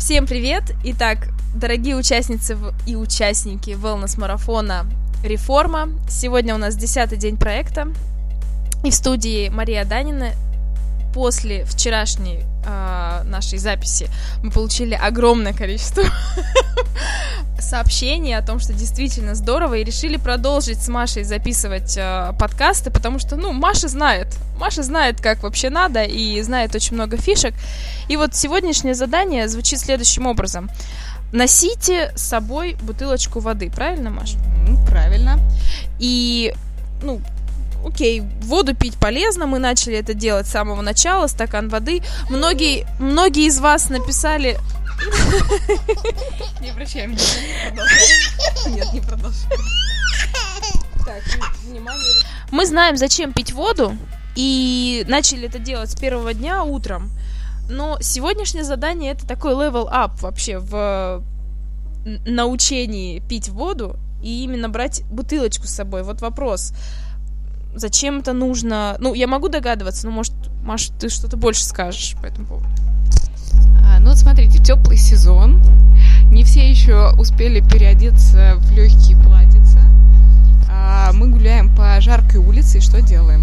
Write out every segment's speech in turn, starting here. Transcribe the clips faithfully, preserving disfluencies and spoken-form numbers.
Всем привет! Итак, дорогие участницы и участники wellness-марафона «Реформа». Сегодня у нас десятый день проекта. И в студии Мария Данина. После вчерашней э, нашей записи мы получили огромное количество сообщений о том, что действительно здорово, и решили продолжить с Машей записывать э, подкасты, потому что, ну, Маша знает, Маша знает, как вообще надо, и знает очень много фишек. И вот сегодняшнее задание звучит следующим образом. Носите с собой бутылочку воды, правильно, Маша? Mm, правильно. И, ну, окей, воду пить полезно, мы начали это делать с самого начала, стакан воды. Многие, многие из вас написали... Не обращай внимания, не продолжай. Нет, не продолжай. Так, внимание. Мы знаем, зачем пить воду, и начали это делать с первого дня утром. Но сегодняшнее задание — это такой level up вообще в научении пить воду и именно брать бутылочку с собой. Вот вопрос. Зачем это нужно? Ну, я могу догадываться, но, может, Маша, ты что-то больше скажешь по этому поводу? А, ну, вот смотрите, теплый сезон. Не все еще успели переодеться в легкие платьица. А, мы гуляем по жаркой улице, и что делаем?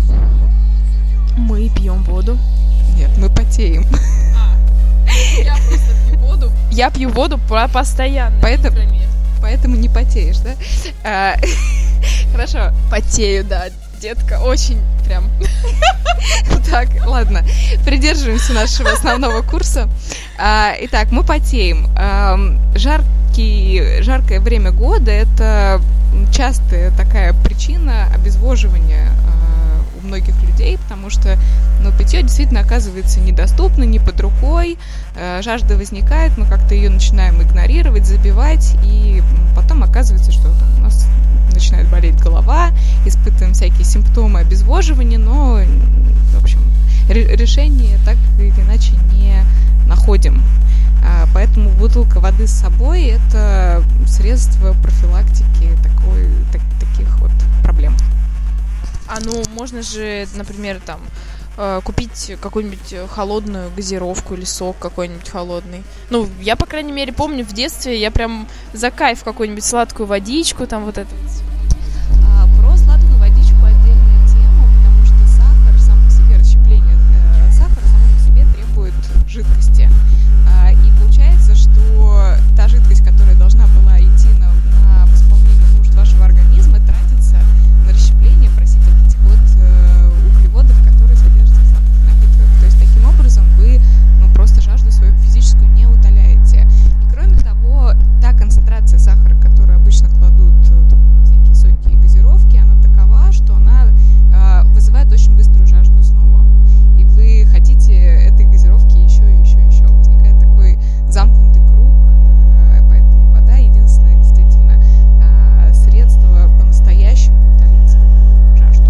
Мы пьем воду. Нет, мы потеем. А, я просто пью воду. Я пью воду постоянно. Поэтому, поэтому не потеешь, да? А, хорошо. Потею, да. Детка, очень прям. Так, ладно, придерживаемся нашего основного курса. А, итак, мы потеем. А, жаркий, жаркое время года — это частая такая причина обезвоживания а, у многих людей, потому что, ну, питье действительно оказывается недоступно, не под рукой, а, жажда возникает, мы как-то ее начинаем игнорировать, забивать, и потом оказывается, что там, у нас начинает болеть голова, испытываем всякие симптомы обезвоживания, но, в общем, ре- решение так или иначе не находим. А, поэтому бутылка воды с собой — это средство профилактики такой, так, таких вот проблем. А ну, можно же, например, там купить какую-нибудь холодную газировку или сок какой-нибудь холодный. Ну, я, по крайней мере, помню в детстве, я прям за кайф какую-нибудь сладкую водичку, там вот это. А, про сладкую водичку отдельная тема, потому что сахар, сам по себе расщепление э, сахара само по себе требует жидкости. А, и получается, что та жидкость, которая должна была идти на, на восполнение нужд вашего организма, тратится на расщепление, простите, этих вот э, углеводов, которые содержатся в сахарных напитках. То есть таким образом вы, ну, просто жажду свою физическую не утоляете. И кроме того, та концентрация сахара, которую обычно кладут там, всякие соки и газировки, она такова, что она э, вызывает очень быструю жажду снова. И вы хотите этой газировки еще и еще и еще. Возникает такой замкнутый круг, э, поэтому вода — единственное действительно э, средство по-настоящему утолить свою жажду.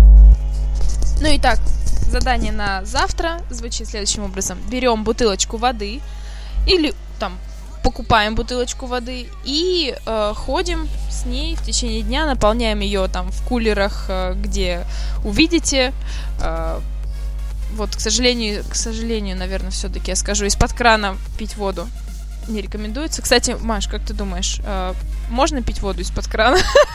Ну и так, задание на завтра звучит следующим образом. Берем бутылочку воды или там покупаем бутылочку воды и э, ходим с ней в течение дня, наполняем ее там в кулерах, э, где увидите. Э, вот, к сожалению, к сожалению, наверное, все-таки я скажу, из-под крана пить воду не рекомендуется. Кстати, Маш, как ты думаешь, э, можно пить воду из-под крана?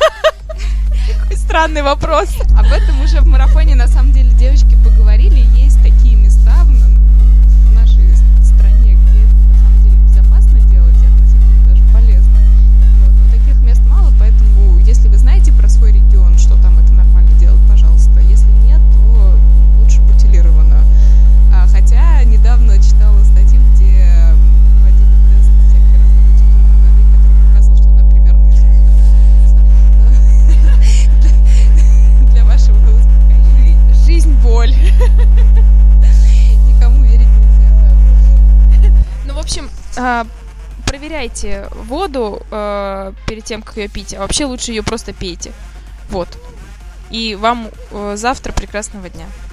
Какой странный вопрос. Об этом уже в марафоне, на самом деле, девочки поговорили. Есть такие места в, в нашей стране, где это на самом деле безопасно делать и относительно даже полезно. Вот. Но таких мест мало, поэтому если вы знаете про свой регион, что там это нормально делать, пожалуйста. Если нет, то лучше бутилированно. А, хотя недавно читала статью, где проводили тест всякой разной бутилированной воды, которая показывала, что она примерно из для вашего успокоения. Жизнь — боль. Никому верить нельзя, да. Ну, в общем, проверяйте воду перед тем, как ее пить. А вообще лучше ее просто пейте. Вот. И вам завтра прекрасного дня.